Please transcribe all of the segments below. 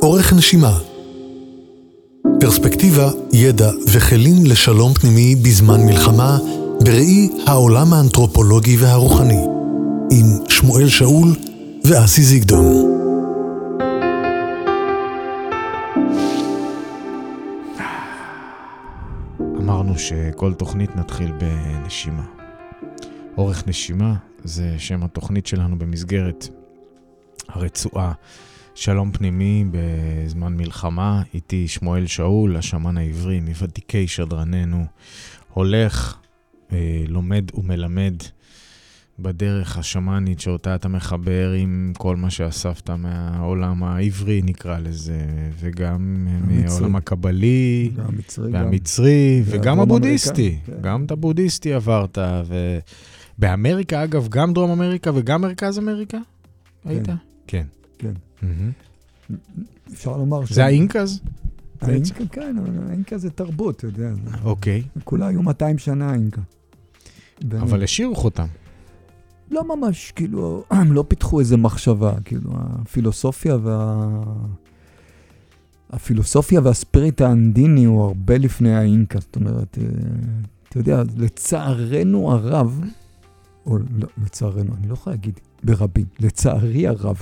אורך נשימה. פרספקטיבה, ידע וכלים לשלום פנימי בזמן מלחמה בראי העולם האנתרופולוגי והרוחני. עם שמואל שאול ואסי זיגדון. אמרנו שכל תוכנית נתחיל בנשימה. אורך נשימה זה שם התוכנית שלנו במסגרת הרצועה שלום פנימי בזמן מלחמה. איתי שמואל שאול, השמן העברי, מוותיקי שדרננו, הולך, לומד ומלמד בדרך השמנית שאותה אתה מחבר עם כל מה שאספת מהעולם העברי נקרא לזה, וגם מהעולם הקבלי והמצרי וגם הבודהיסטי. גם את הבודהיסטי עברת, ובאמריקה אגב, גם דרום אמריקה וגם מרכז אמריקה היית? כן. כן. אפשר לומר זה האינקז? האינקה, כן, האינקה זה תרבות, אתה יודע. אוקיי. כולה היו 200 שנה האינקה. אבל השאירו חותם. לא ממש, כאילו, הם לא פיתחו איזה מחשבה, כאילו, הפילוסופיה והספיריט האנדיני הוא הרבה לפני האינקה, זאת אומרת, אתה יודע, לצערנו הרב, או לא, לצערנו, אני לא יכול להגיד ברבים, לצערי הרב,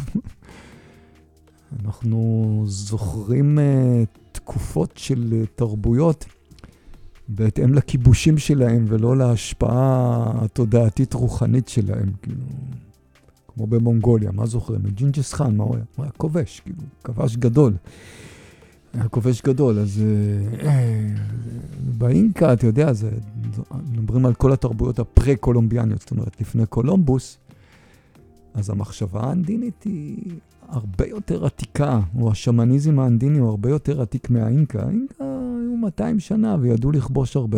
אנחנו זוכרים תקופות של תרבויות בהתאם לכיבושים שלהם ולא להשפעה התודעתית רוחנית שלהם, כאילו, כמו במונגוליה, מה זוכרים? ג'ינג'ס חאן, מה הוא היה? הוא היה כובש, כאילו, כבש גדול. היה כובש גדול, אז באינקה, אתה יודע, מדברים על כל התרבויות הפרה-קולומביאניות, זאת אומרת, לפני קולומבוס, אז המחשבה האנדינית היא הרבה יותר עתיקה, או השמניזם האנדיני הוא הרבה יותר עתיק מהאינקה. האינקה היו 200 שנה וידעו לכבוש הרבה.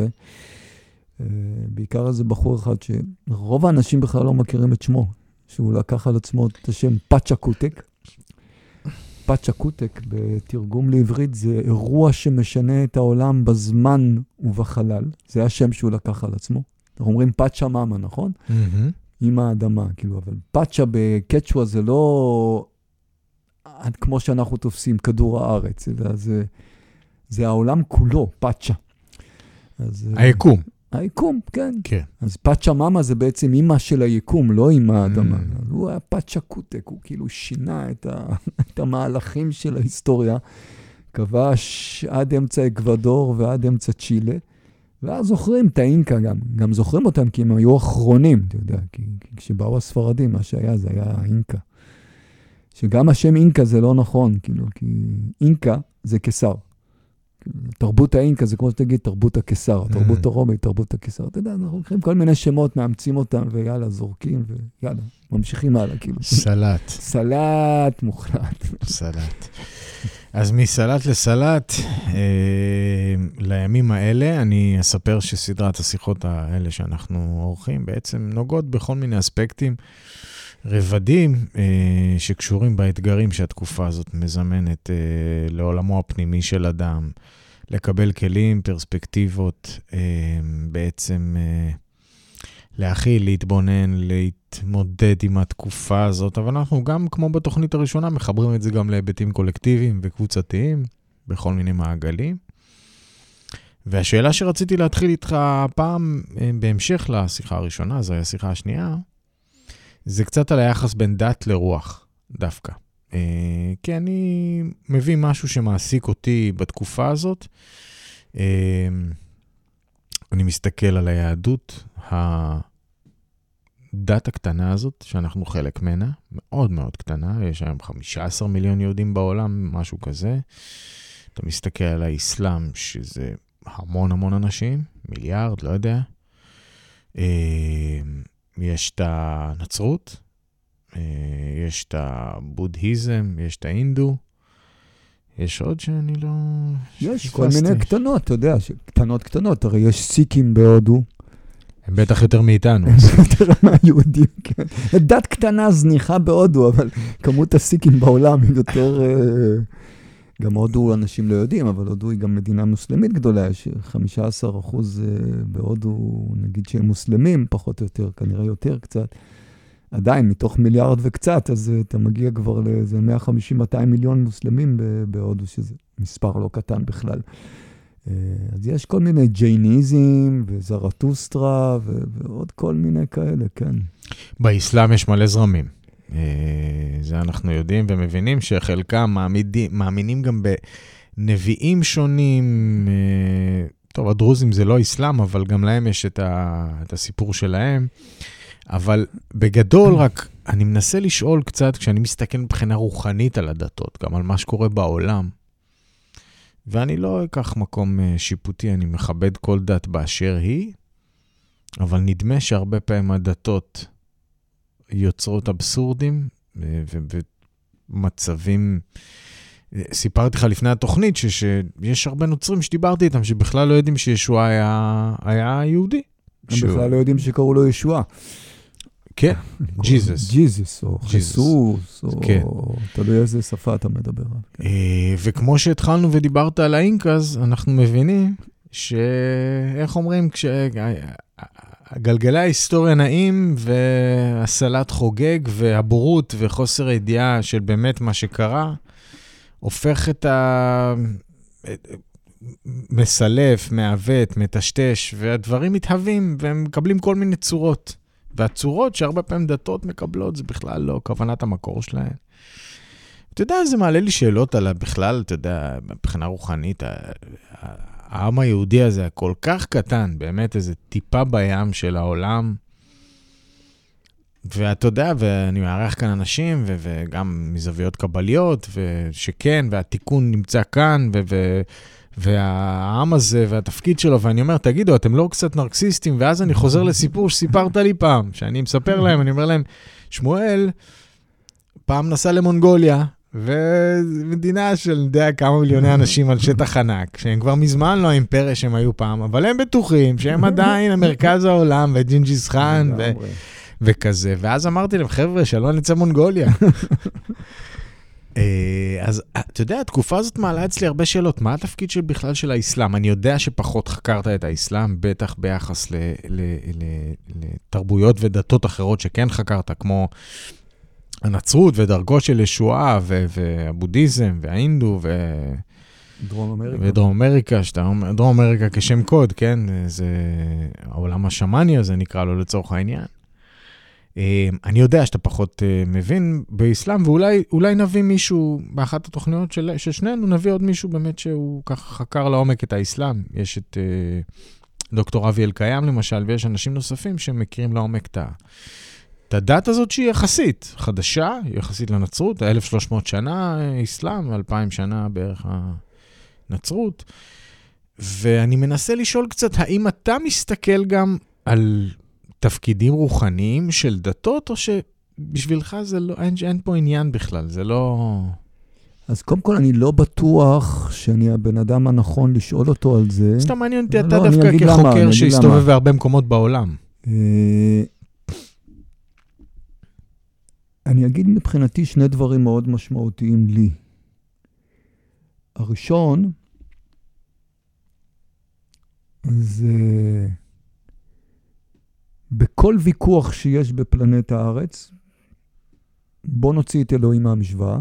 בעיקר איזה בחור אחד שרוב האנשים בכלל לא מכירים את שמו, שהוא לקח על עצמו את השם פאצ'קוטק. פאצ'קוטק בתרגום לעברית זה אירוע שמשנה את העולם בזמן ובחלל. זה השם שהוא לקח על עצמו. אנחנו אומרים פאצ'ה מאמה, נכון? עם האדמה, כאילו, אבל פאצ'ה בקצ'ווה זה לא כמו שאנחנו תופסים כדור הארץ, זה העולם כולו, פאצ'ה. היקום. היקום, כן. כן. אז פאצ'ה מאמה זה בעצם אימא של היקום, לא אימא האדמה. הוא היה פאצ'ה קוטק, הוא כאילו שינה את המהלכים של ההיסטוריה, כבש עד אמצע אקוודור ועד אמצע צ'ילה, ואז זוכרים את האינקה גם זוכרים אותם כי הם היו אחרונים, אתה יודע, כי כשבאו הספרדים, מה שהיה זה היה האינקה. שגם השם אינקה זה לא נכון, כאילו, כי אינקה זה קיסר. תרבות האינקה זה כמו שתגיד תרבות הקיסר, תרבות הרומית, תרבות הקיסר. אתה יודע, אנחנו לוקחים כל מיני שמות, מאמצים אותם, ויאללה, זורקים, ויאללה, ממשיכים הלאה, כאילו. סלט. סלט מוחלט. סלט. אז מסלט לסלט, לימים האלה, אני אספר שסדרת השיחות האלה שאנחנו עורכים, בעצם נוגעות בכל מיני אספקטים, רבדים שקשורים באתגרים שהתקופה הזאת מזמנת לעולמו הפנימי של אדם, לקבל כלים, פרספקטיבות, בעצם להכיל, להתבונן, להתמודד עם התקופה הזאת, אבל אנחנו גם, כמו בתוכנית הראשונה, מחברים את זה גם להיבטים קולקטיביים וקבוצתיים, בכל מיני מעגלים. והשאלה שרציתי להתחיל איתך פעם, בהמשך לשיחה הראשונה, זו השיחה השנייה, זה קצת על היחס בין דת לרוח, דווקא. כי אני מביא משהו שמעסיק אותי בתקופה הזאת. אני מסתכל על היהדות, הדת הקטנה הזאת, שאנחנו חלק ממנה, מאוד מאוד קטנה, יש היום 15 מיליון יהודים בעולם, משהו כזה. אתה מסתכל על האסלאם, שזה המון המון אנשים, מיליארד, לא יודע. יש את הנצרות, יש את הבודהיזם, יש את האינדו, יש עוד שאני לא... יש כל מיני קטנות, אתה יודע, קטנות, הרי יש סיקים בהודו. הם בטח יותר מאיתנו. יותר מהיהודים, כן. דת קטנה זניחה בהודו, אבל כמות הסיקים בעולם היא יותר... גם הודו אנשים לא יודעים, אבל הודו היא גם מדינה מוסלמית גדולה, יש 15% בהודו, נגיד שהם מוסלמים, פחות או יותר, כנראה יותר קצת. עדיין, מתוך מיליארד וקצת, אז אתה מגיע כבר לאיזה 150-200 מיליון מוסלמים בהודו, שזה מספר לא קטן בכלל. אז יש כל מיני ג'ייניזם וזרטוסטרה ועוד כל מיני כאלה, כן. באסלאם יש מלא זרמים. זה אנחנו יודעים ומבינים שחלקם מאמינים גם בנביאים שונים. טוב, הדרוזים זה לא אסלאם, אבל גם להם יש את הסיפור שלהם. אבל בגדול רק, אני מנסה לשאול קצת, כשאני מסתכל מבחינה רוחנית על הדתות, גם על מה שקורה בעולם, ואני לא אקח מקום שיפוטי, אני מכבד כל דת באשר היא, אבל נדמה שהרבה פעמים הדתות יוצרות אבסורדים, ומצבים, סיפרתי לך לפני התוכנית, שיש הרבה נוצרים שדיברתי איתם, שבכלל לא יודעים שישוע היה יהודי. הם בכלל לא יודעים שקראו לו ישוע. כן, ג'יזוס. ג'יזוס, או חיסוס, או תלוי איזה שפה אתה מדבר. וכמו שהתחלנו ודיברת על האינקאז, אנחנו מבינים שאיך אומרים, גלגלי ההיסטוריה נעים, והסלט חוגג, והבורות וחוסר הידיעה של באמת מה שקרה, הופך את מסלף, מעוות, מטשטש, והדברים מתהווים, והם מקבלים כל מיני צורות. והצורות שהרבה פעמים דתות מקבלות, זה בכלל לא כוונת המקור שלהן. אתה יודע, זה מעלה לי שאלות על בכלל, אתה יודע, מבחינה רוחנית, העם היהודי הזה, כל כך קטן, באמת איזה טיפה בים של העולם, ואתה יודע, ואני מערך כאן אנשים, וגם מזוויות קבליות, ושכן, והתיקון נמצא כאן, והעם הזה, והתפקיד שלו, ואני אומר, תגידו, אתם לא קצת נרקסיסטים, ואז אני חוזר לסיפור שסיפרת לי פעם, שאני מספר להם, אני אומר להם, שמואל, פעם נסע למונגוליה, ומדינה של יודע כמה מיליוני אנשים על שטח ענק, שהם כבר מזמן לא האימפריה שהם היו פעם, אבל הם בטוחים שהם עדיין המרכז העולם, וג'ינג'יס חאן, וכזה. ואז אמרתי להם, חבר'ה, שלא נצא מונגוליה. אז אתה יודע, התקופה הזאת מעלה אצלי הרבה שאלות. מה התפקיד בכלל של האסלאם? אני יודע שפחות חקרת את האסלאם, בטח ביחס לתרבויות ודתות אחרות שכן חקרת, כמו הנצרות ודרכו של ישועה, והבודהיזם, והאינדו, ודרום אמריקה, דרום אמריקה כשם קוד, כן? זה העולם השמאני הזה נקרא לו לצורך העניין. אני יודע שאתה פחות מבין באסלאם, ואולי נביא מישהו, באחת התוכניות של שנינו, נביא עוד מישהו באמת שהוא ככה חקר לעומק את האסלאם. יש את דוקטור אבי אלקיים למשל, ויש אנשים נוספים שמכירים לעומק את הדת הזאת שהיא יחסית חדשה, יחסית לנצרות, 1300 שנה אסלאם, 2000 שנה בערך הנצרות, ואני מנסה לשאול קצת, האם אתה מסתכל גם על תפקידים רוחניים של דתות, או שבשבילך זה לא, אין פה עניין בכלל, זה לא... אז קודם כל אני לא בטוח שאני הבן אדם הנכון לשאול אותו על זה. סתם מעניין אותי, אתה דווקא כחוקר שהסתובב בהרבה מקומות בעולם. אני אגיד מבחינתי שני דברים מאוד משמעותיים לי. הראשון, זה בכל ויכוח שיש בפלנט הארץ, בוא נוציא את אלוהים מהמשוואה,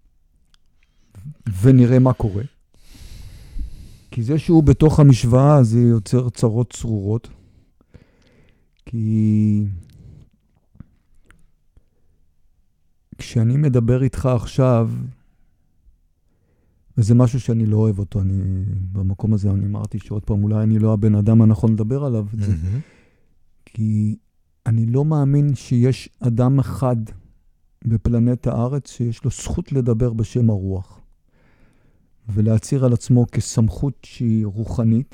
ונראה מה קורה. כי זה שהוא בתוך המשוואה, זה יוצר צרות צרורות. כי כשאני מדבר איתך עכשיו, וזה משהו שאני לא אוהב אותו, במקום הזה אני אמרתי שעוד פעם, אולי אני לא הבן אדם הנכון לדבר עליו, כי אני לא מאמין שיש אדם אחד בפלנט הארץ שיש לו זכות לדבר בשם הרוח, ולהצהיר על עצמו כסמכות שהיא רוחנית.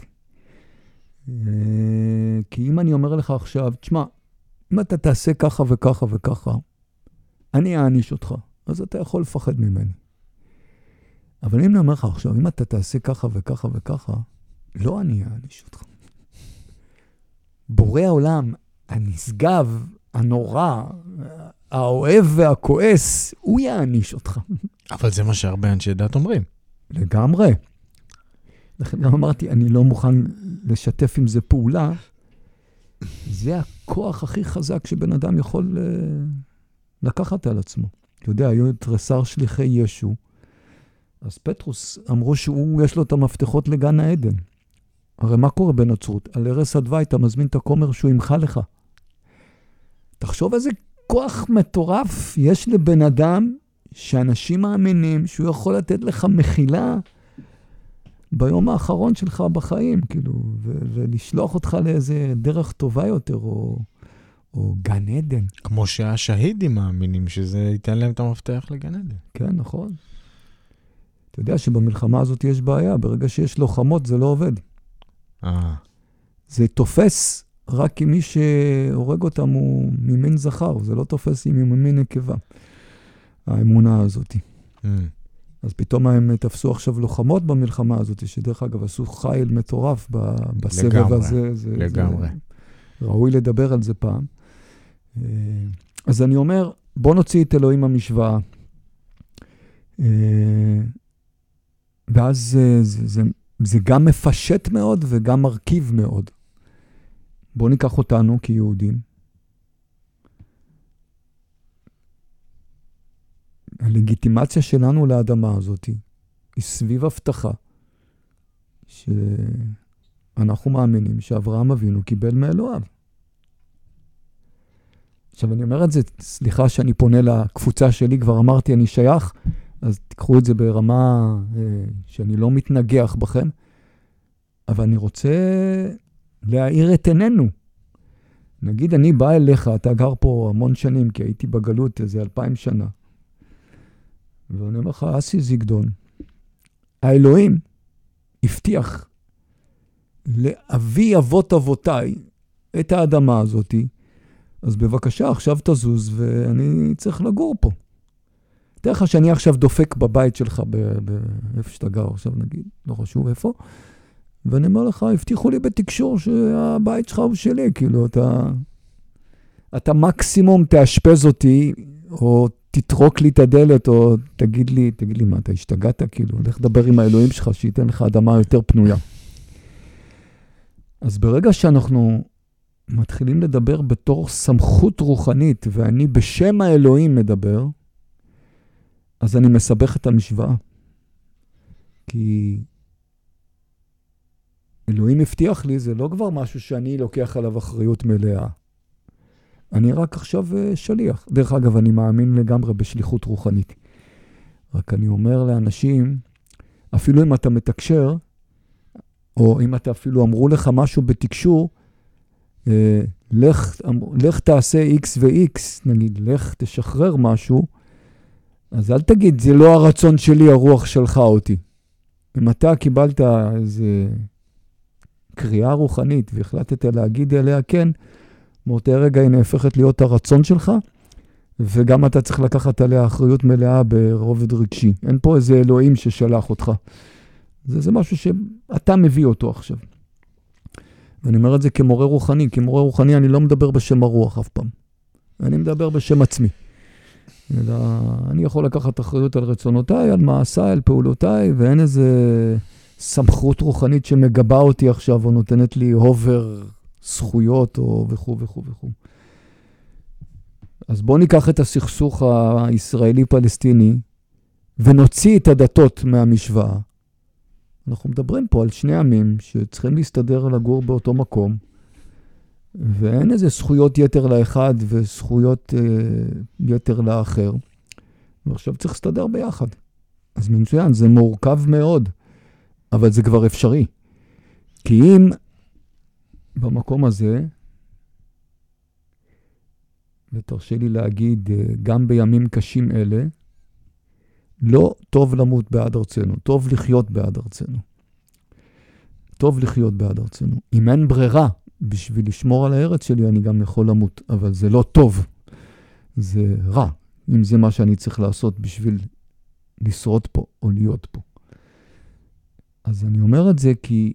כי אם אני אומר לך עכשיו, תשמע, אם אתה תעשה ככה וככה וככה, אני אעניש אותך, אז אתה יכול לפחד ממני. אבל אם אני אומר לך עכשיו, אם אתה תעשה ככה וככה וככה, לא אני אעניש אותך. בורא העולם, הנשגב, הנורא, האוהב והכועס, הוא יעניש אותך. אבל זה מה שהרבה אנשי דת אומרים. לגמרי. לכן גם אמרתי, אני לא מוכן לשתף עם זה פעולה, זה הכוח הכי חזק שבן אדם יכול לקחת על עצמו. אתה יודע, היו תרסר שליחי ישו, אז פטרוס אמרו שהוא, יש לו את המפתחות לגן העדן. הרי מה קורה בנצרות? על ערש הדווי אתה מזמין את הכומר שהוא ימחה לך. תחשוב איזה כוח מטורף יש לבן אדם, שאנשים מאמינים שהוא יכול לתת לך מחילה ביום האחרון שלך בחיים, כאילו, ולשלוח אותך לאיזה דרך טובה יותר, או גן עדן. כמו שהשהידים מאמינים שזה ייתן להם את המפתח לגן עדן. כן, נכון. אתה יודע שבמלחמה הזאת יש בעיה, ברגע שיש לוחמות זה לא עובד. זה תופס רק אם מי שהורג אותם הוא ממין זכר, זה לא תופס אם הוא ממין נקבה, האמונה הזאת. אז פתאום הם תפסו עכשיו לוחמות במלחמה הזאת, שדרך אגב עשו חיל מטורף בסבב הזה. לגמרי. ראוי לדבר על זה פעם. אז אני אומר, בוא נוציא את אלוהים המשוואה. ואז זה גם מפשט מאוד וגם מרכיב מאוד. בוא ניקח אותנו כיהודים. הלגיטימציה שלנו לאדמה הזאת היא סביב הבטחה שאנחנו מאמינים שאברהם אבינו קיבל מאלוהיו. עכשיו אני אומר את זה, סליחה שאני פונה לקבוצה שלי, כבר אמרתי אני שייך, אז תיקחו את זה ברמה שאני לא מתנגח בכם, אבל אני רוצה להאיר את עינינו. נגיד אני בא אליך, אתה גר פה המון שנים, כי הייתי בגלות איזה 2000 שנה. ואני אומר לך, אסי זיגדון, האלוהים הבטיח לאבי אבות אבותיי את האדמה הזאת, אז בבקשה עכשיו תזוז ואני צריך לגור פה. תראה לך שאני עכשיו דופק בבית שלך, באיפה שאתה גר עכשיו נגיד, לא חשוב איפה, ואני אומר לך, הבטיחו לי בתקשור שהבית שלך הוא שלי, כאילו אתה מקסימום תאשפז אותי, או תתרוק לי את הדלת, או תגיד לי מה, אתה השתגעת? כאילו, לך לדבר עם האלוהים שלך, שייתן לך אדמה יותר פנויה. אז ברגע שאנחנו מתחילים לדבר בתור סמכות רוחנית, ואני בשם האלוהים מדבר, אז אני מסבך את המשוואה. כי אלוהים הבטיח לי, זה לא כבר משהו שאני לוקח עליו אחריות מלאה. אני רק עכשיו שליח. דרך אגב, אני מאמין לגמרי בשליחות רוחנית. רק אני אומר לאנשים, אפילו אם אתה מתקשר, או אם אתה אפילו אמרו לך משהו בתקשור, לך תעשה X ו-X, נגיד, לך תשחרר משהו, אז אל תגיד, זה לא הרצון שלי, הרוח שלך אותי. אם אתה קיבלת איזה קריאה רוחנית, והחלטת להגיד אליה כן, מאותה רגע היא נהפכת להיות הרצון שלך, וגם אתה צריך לקחת עליה אחריות מלאה ברובד רגשי. אין פה איזה אלוהים ששלח אותך. זה משהו שאתה מביא אותו עכשיו. ואני אומר את זה כמורה רוחני. כמורה רוחני אני לא מדבר בשם הרוח אף פעם. אני מדבר בשם עצמי. אני יכול לקחת אחריות על רצונותיי, על מעשיי, על פעולותיי, ואין איזה סמכות רוחנית שמגבה אותי עכשיו, או נותנת לי הובר זכויות, או וכו' וכו' וכו'. אז בואו ניקח את הסכסוך הישראלי-פלסטיני, ונוציא את הדתות מהמשוואה. אנחנו מדברים פה על שני עמים שצריכים להסתדר לגור באותו מקום, ואין איזה זכויות יתר לאחד וזכויות יתר לאחר. ועכשיו צריך להסתדר ביחד. אז מצוין, זה מורכב מאוד, אבל זה כבר אפשרי. כי אם במקום הזה, ותרשה לי להגיד, גם בימים קשים אלה, לא טוב למות בעד ארצנו, טוב לחיות בעד ארצנו. טוב לחיות בעד ארצנו. אם אין ברירה, בשביל לשמור על הארץ שלי, אני גם יכול למות, אבל זה לא טוב. זה רע, אם זה מה שאני צריך לעשות בשביל לשרוד פה או להיות פה. אז אני אומר את זה כי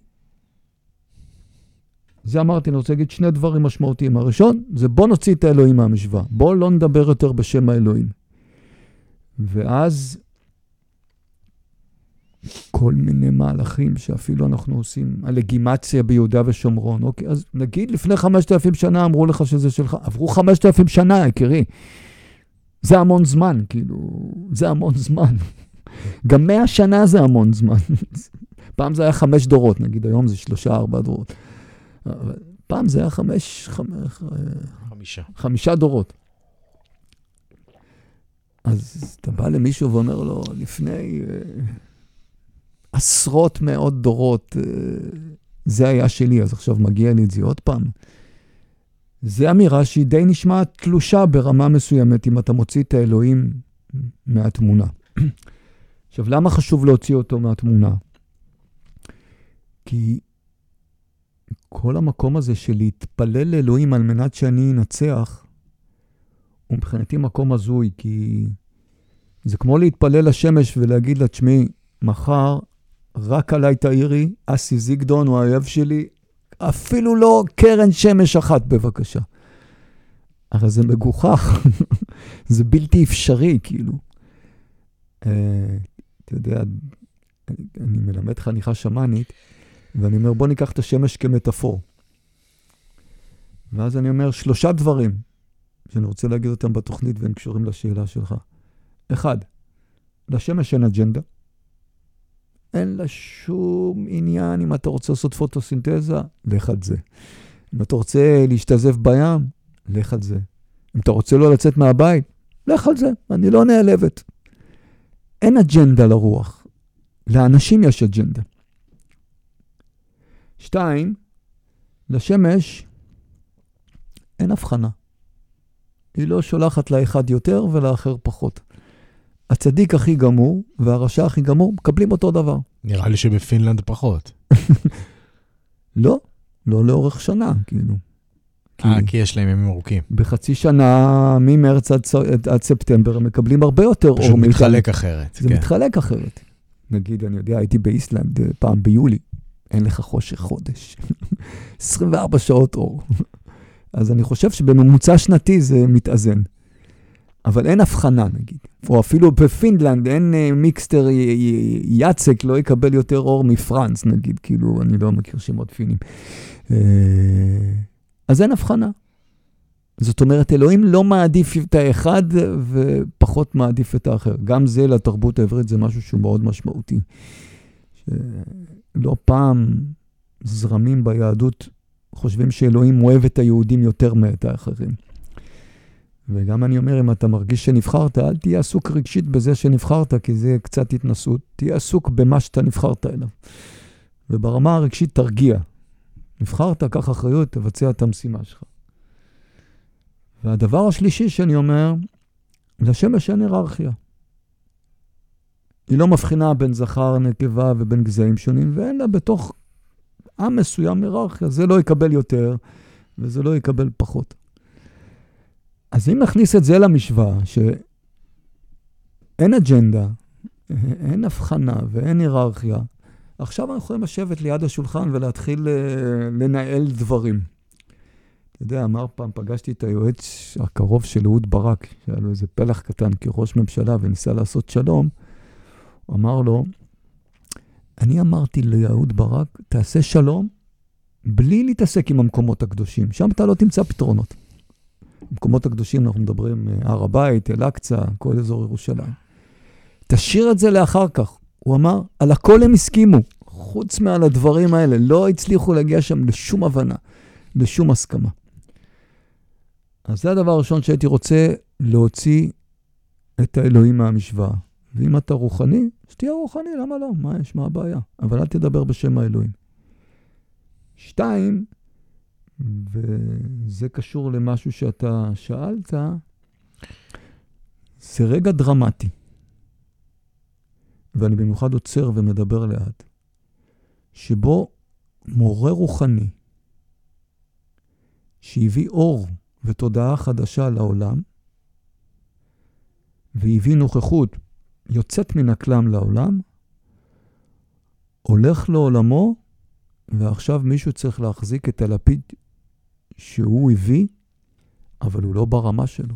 זה אמרתי, אני רוצה להגיד שני דברים משמעותיים. הראשון, זה בוא נוציא את האלוהים מהמשוואה. בוא לא נדבר יותר בשם האלוהים. ואז כל מיני מהלכים שאפילו אנחנו עושים, הלגימציה ביהודה ושומרון, אוקיי? אז נגיד לפני 5,000 שנה אמרו לך שזה שלך, עברו 5,000 שנה, יקירי. זה המון זמן, כאילו, זה המון זמן. גם 100 שנה זה המון זמן. פעם זה היה 5 דורות, נגיד היום זה 3-4 דורות. פעם זה היה 5 דורות. אז אתה בא למישהו ואומר לו, לפני עשרות מאות דורות, זה היה שלי, אז עכשיו מגיע לי את זה עוד פעם. זה אמירה שהיא די נשמעת תלושה ברמה מסוימת, אם אתה מוציא את האלוהים מהתמונה. עכשיו, למה חשוב להוציא אותו מהתמונה? כי כל המקום הזה של להתפלל לאלוהים על מנת שאני אנצח, הוא מבחינתי מקום הזוי, כי זה כמו להתפלל לשמש ולהגיד לה, תשמעי, מחר רק עליי תאירי, אסי זיגדון הוא האויב שלי, אפילו לא קרן שמש אחת בבקשה. הרי זה מגוחך, זה בלתי אפשרי כאילו. אתה יודע, אני מלמד חניכה שמאנית, ואני אומר בוא ניקח את השמש כמטאפור. ואז אני אומר 3 דברים, שאני רוצה להגיד אותם בתוכנית והם קשורים לשאלה שלך. 1, לשמש אין אג'נדה. אין לה שום עניין, אם אתה רוצה לעשות פוטוסינתזה, לך על זה. אם אתה רוצה להשתזף בים, לך על זה. אם אתה רוצה לא לצאת מהבית, לך על זה. אני לא נעלבת. אין אג'נדה לרוח. לאנשים יש אג'נדה. 2, לשמש אין הבחנה. היא לא שולחת לאחד יותר ולאחר פחות. הצדיק הכי גמור והרשע הכי גמור מקבלים אותו דבר. נראה לי שבפינלנד פחות. לא לאורך שנה, כאילו. כי יש להם ימים ארוכים. בחצי שנה, ממרץ עד ספטמבר, הם מקבלים הרבה יותר אור. פשוט מתחלק אחרת. זה מתחלק אחרת. נגיד, אני יודע, הייתי באיסלנד פעם ביולי, אין לך חושך חודש. 24 שעות אור. אז אני חושב שבממוצע שנתי זה מתאזן. אבל אין הבחנה, נגיד. או אפילו בפינלנד אין מיקסטר יצק, לא יקבל יותר אור מפרנס, נגיד. כאילו, אני לא מכיר שמות פינים. אז אין הבחנה. זאת אומרת, אלוהים לא מעדיף את האחד ופחות מעדיף את האחר. גם זה לתרבות העברית זה משהו שהוא מאוד משמעותי. לא פעם זרמים ביהדות חושבים שאלוהים אוהב את היהודים יותר מאת האחרים. וגם אני אומר, אם אתה מרגיש שנבחרת, אל תהיה עסוק רגשית בזה שנבחרת, כי זה קצת התנסות. תהיה עסוק במה שאתה נבחרת אליו. וברמה הרגשית תרגיע. נבחרת, קח אחריות, תבצע את המשימה שלך. והדבר השלישי שאני אומר, לשמש אין היררכיה. היא לא מבחינה בין זכר, נקבה ובין גזעים שונים, ואין לה בתוך עם מסוים היררכיה. זה לא יקבל יותר, וזה לא יקבל פחות. אז אם נכניס את זה למשוואה, שאין אג'נדה, אין הבחנה ואין היררכיה, עכשיו אנחנו יכולים לשבת ליד השולחן ולהתחיל לנהל דברים. אתה יודע, אמר פעם, פגשתי את היועץ הקרוב של אהוד ברק, שהיה לו איזה פלח קטן כראש ממשלה וניסה לעשות שלום, הוא אמר לו, אני אמרתי לאהוד ברק, תעשה שלום בלי להתעסק עם המקומות הקדושים, שם אתה לא תמצא פתרונות. במקומות הקדושים אנחנו מדברים הר הבית, אל-אקצה, כל אזור ירושלים. תשאיר את זה לאחר כך. הוא אמר, על הכל הם הסכימו, חוץ מעל הדברים האלה, לא הצליחו להגיע שם לשום הבנה, לשום הסכמה. אז זה הדבר הראשון שהייתי רוצה להוציא את האלוהים מהמשוואה. ואם אתה רוחני, אז תהיה רוחני, למה לא? מה יש? מה הבעיה? אבל אל תדבר בשם האלוהים. 2, וזה קשור למשהו שאתה שאלת, זה רגע דרמטי. ואני במיוחד עוצר ומדבר לאט, שבו מורה רוחני, שהביא אור ותודעה חדשה לעולם, והביא נוכחות יוצאת מן הכלל לעולם, הולך לעולמו, ועכשיו מישהו צריך להחזיק את הלפיד שהוא הביא, אבל הוא לא ברמה שלו.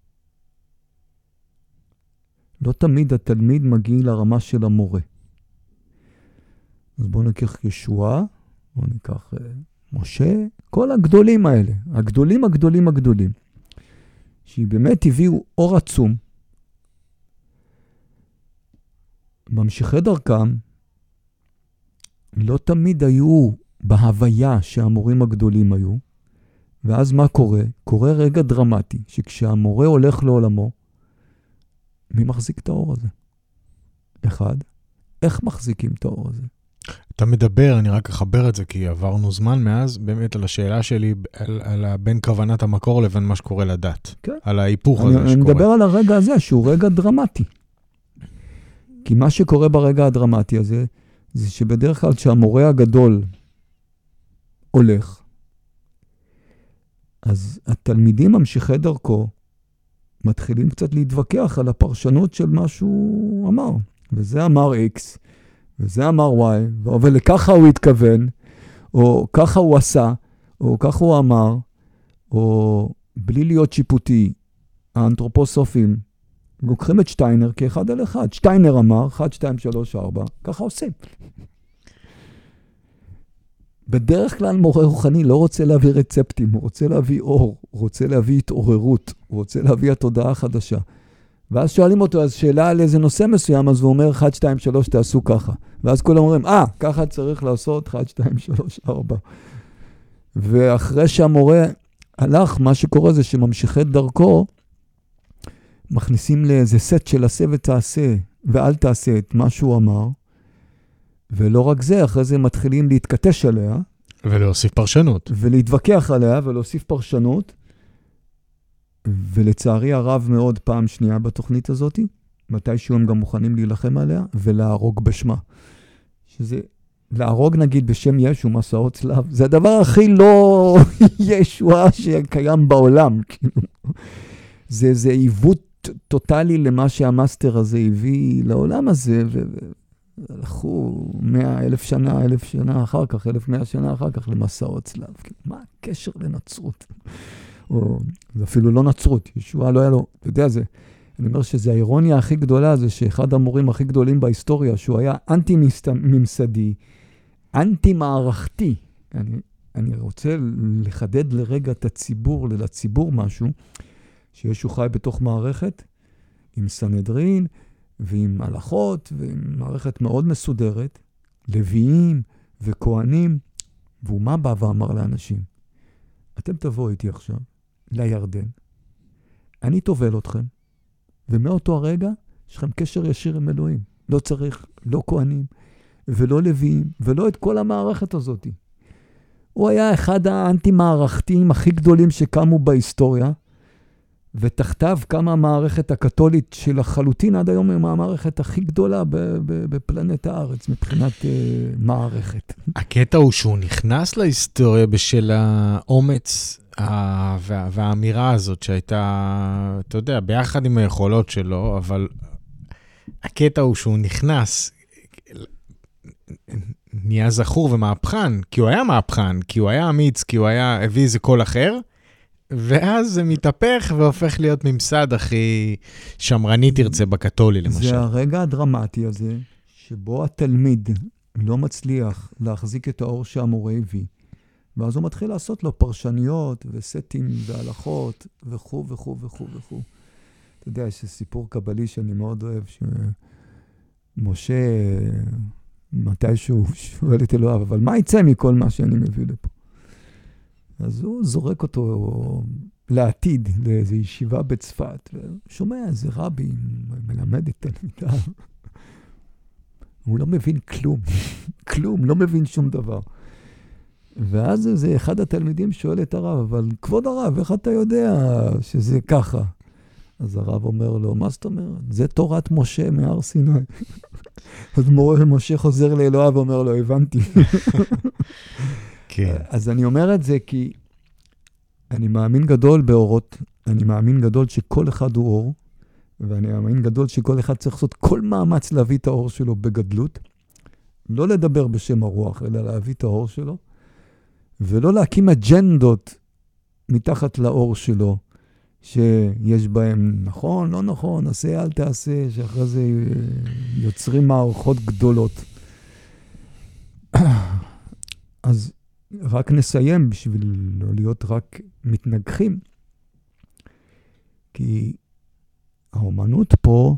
לא תמיד התלמיד מגיע לרמה של המורה. אז בואו ניקח ישוע, בואו ניקח משה, כל הגדולים האלה, הגדולים, שבאמת הביאו אור עצום, ממשיכי דרכם, לא תמיד היו בהוויה שהמורים הגדולים היו, ואז מה קורה? קורה רגע דרמטי, שכשהמורה הולך לעולמו, מי מחזיק את האור הזה? אחד, איך מחזיקים את האור הזה? אתה מדבר, אני רק אחבר את זה, כי עברנו זמן מאז, באמת על השאלה שלי, על בין כוונת המקור לבין מה שקורה לדת. כן. על ההיפוך הזה שקורה. אני מדבר על הרגע הזה, שהוא רגע דרמטי. כי מה שקורה ברגע הדרמטי הזה, זה שבדרך כלל כשהמורה הגדול הולך, אז התלמידים ממשיכי דרכו, מתחילים קצת להתווכח על הפרשנות של מה שהוא אמר. וזה אמר X, וזה אמר Y, ולככה הוא התכוון, או ככה הוא עשה, או ככה הוא אמר, או בלי להיות שיפוטי, האנתרופוסופים לוקחים את שטיינר כאחד על אחד. שטיינר אמר, 1, 2, 3, 4, ככה עושים. בדרך כלל מורה רוחני לא רוצה להביא רצפטים, הוא רוצה להביא אור, הוא רוצה להביא התעוררות, הוא רוצה להביא התודעה חדשה. ואז שואלים אותו, אז שאלה על איזה נושא מסוים, אז הוא אומר, 1, 2, 3, תעשו ככה. ואז כולם אומרים, ככה צריך לעשות, 1, 2, 3, 4. ואחרי שהמורה הלך, מה שקורה זה שממשיכי דרכו, מכניסים לאיזה סט של עשה ותעשה, ואל תעשה את מה שהוא אמר, ולא רק זה, אחרי זה מתחילים להתכתש עליה. ולהוסיף פרשנות. ולהתווכח עליה, ולהוסיף פרשנות. ולצערי הרב מאוד פעם שנייה בתוכנית הזאת, מתישהו הם גם מוכנים להילחם עליה, ולהרוג בשמה. שזה, להרוג נגיד בשם ישו, מסעות צלב, זה הדבר הכי לא ישועה שקיים בעולם. זה עיוות טוטלי למה שהמאסטר הזה הביא לעולם הזה, והלכו 100,000 שנה, 1,000 שנה אחר כך, 1,100 שנה אחר כך למסעות צלב. מה הקשר לנצרות? או זה אפילו לא נצרות, ישוע לא היה לו, אתה יודע זה, אני אומר שזה האירוניה הכי גדולה, זה שאחד המורים הכי גדולים בהיסטוריה, שהוא היה אנטי-ממסדי, אנטי-מערכתי. אני רוצה לחדד לרגע את הציבור, לציבור משהו, שישו חי בתוך מערכת, עם סנהדרין, ועם הלכות, ועם מערכת מאוד מסודרת, לוויים וכהנים, והוא מה בא ואמר לאנשים? אתם תבואו איתי עכשיו לירדן, אני תובל אתכם, ומאותו הרגע יש לכם קשר ישיר עם אלוהים. לא צריך, לא כהנים, ולא לוויים, ולא את כל המערכת הזאת. הוא היה אחד האנטי-מערכתיים הכי גדולים שקמו בהיסטוריה, ותחתיו קמה המערכת הקתולית של החלוטין עד היום עם המערכת הכי גדולה בפלנט הארץ, מבחינת מערכת. הקטע הוא שהוא נכנס להיסטוריה בשל האומץ והאמירה הזאת שהייתה, אתה יודע, ביחד עם היכולות שלו, אבל הקטע הוא שהוא נכנס, נהיה זכור ומהפכן, כי הוא היה מהפכן, כי הוא היה אמיץ, כי הוא היה הביא איזה קול אחר, ואז זה מתהפך והופך להיות ממסד הכי שמרני תרצה בקתולי, למשל. זה הרגע הדרמטי הזה, שבו התלמיד לא מצליח להחזיק את האור שהמורה הביא, ואז הוא מתחיל לעשות לו פרשניות וסטים והלכות וכו' וכו' וכו' וכו'. אתה יודע, יש סיפור קבלי שאני מאוד אוהב, שמשה מתישהו שואל את אלוהיו, אבל מה יצא מכל מה שאני מביא לפה? אז הוא זורק אותו לעתיד, לאיזו ישיבה בצפת, ושומע איזה רבי מלמד את תלמידיו. הוא לא מבין כלום, כלום, לא מבין שום דבר. ואז זה אחד התלמידים שואל את הרב, אבל כבוד הרב, איך אתה יודע שזה ככה? אז הרב אומר לו, מה זאת אומרת? זה תורת משה מהר סיני. אז משה חוזר לאלוהיו ואומר לו, הבנתי. כן. אז אני אומר את זה כי אני מאמין גדול באורות, אני מאמין גדול שכל אחד הוא אור, ואני מאמין גדול שכל אחד צריך לעשות כל מאמץ להביא את האור שלו בגדלות, לא לדבר בשם הרוח, אלא להביא את האור שלו, ולא להקים אג'נדות מתחת לאור שלו, שיש בהם נכון, לא נכון, עשה, אל תעשה, שאחרי זה יוצרים מערכות גדולות. אז רק נסיים בשביל לא להיות רק מתנגחים, כי האומנות פה,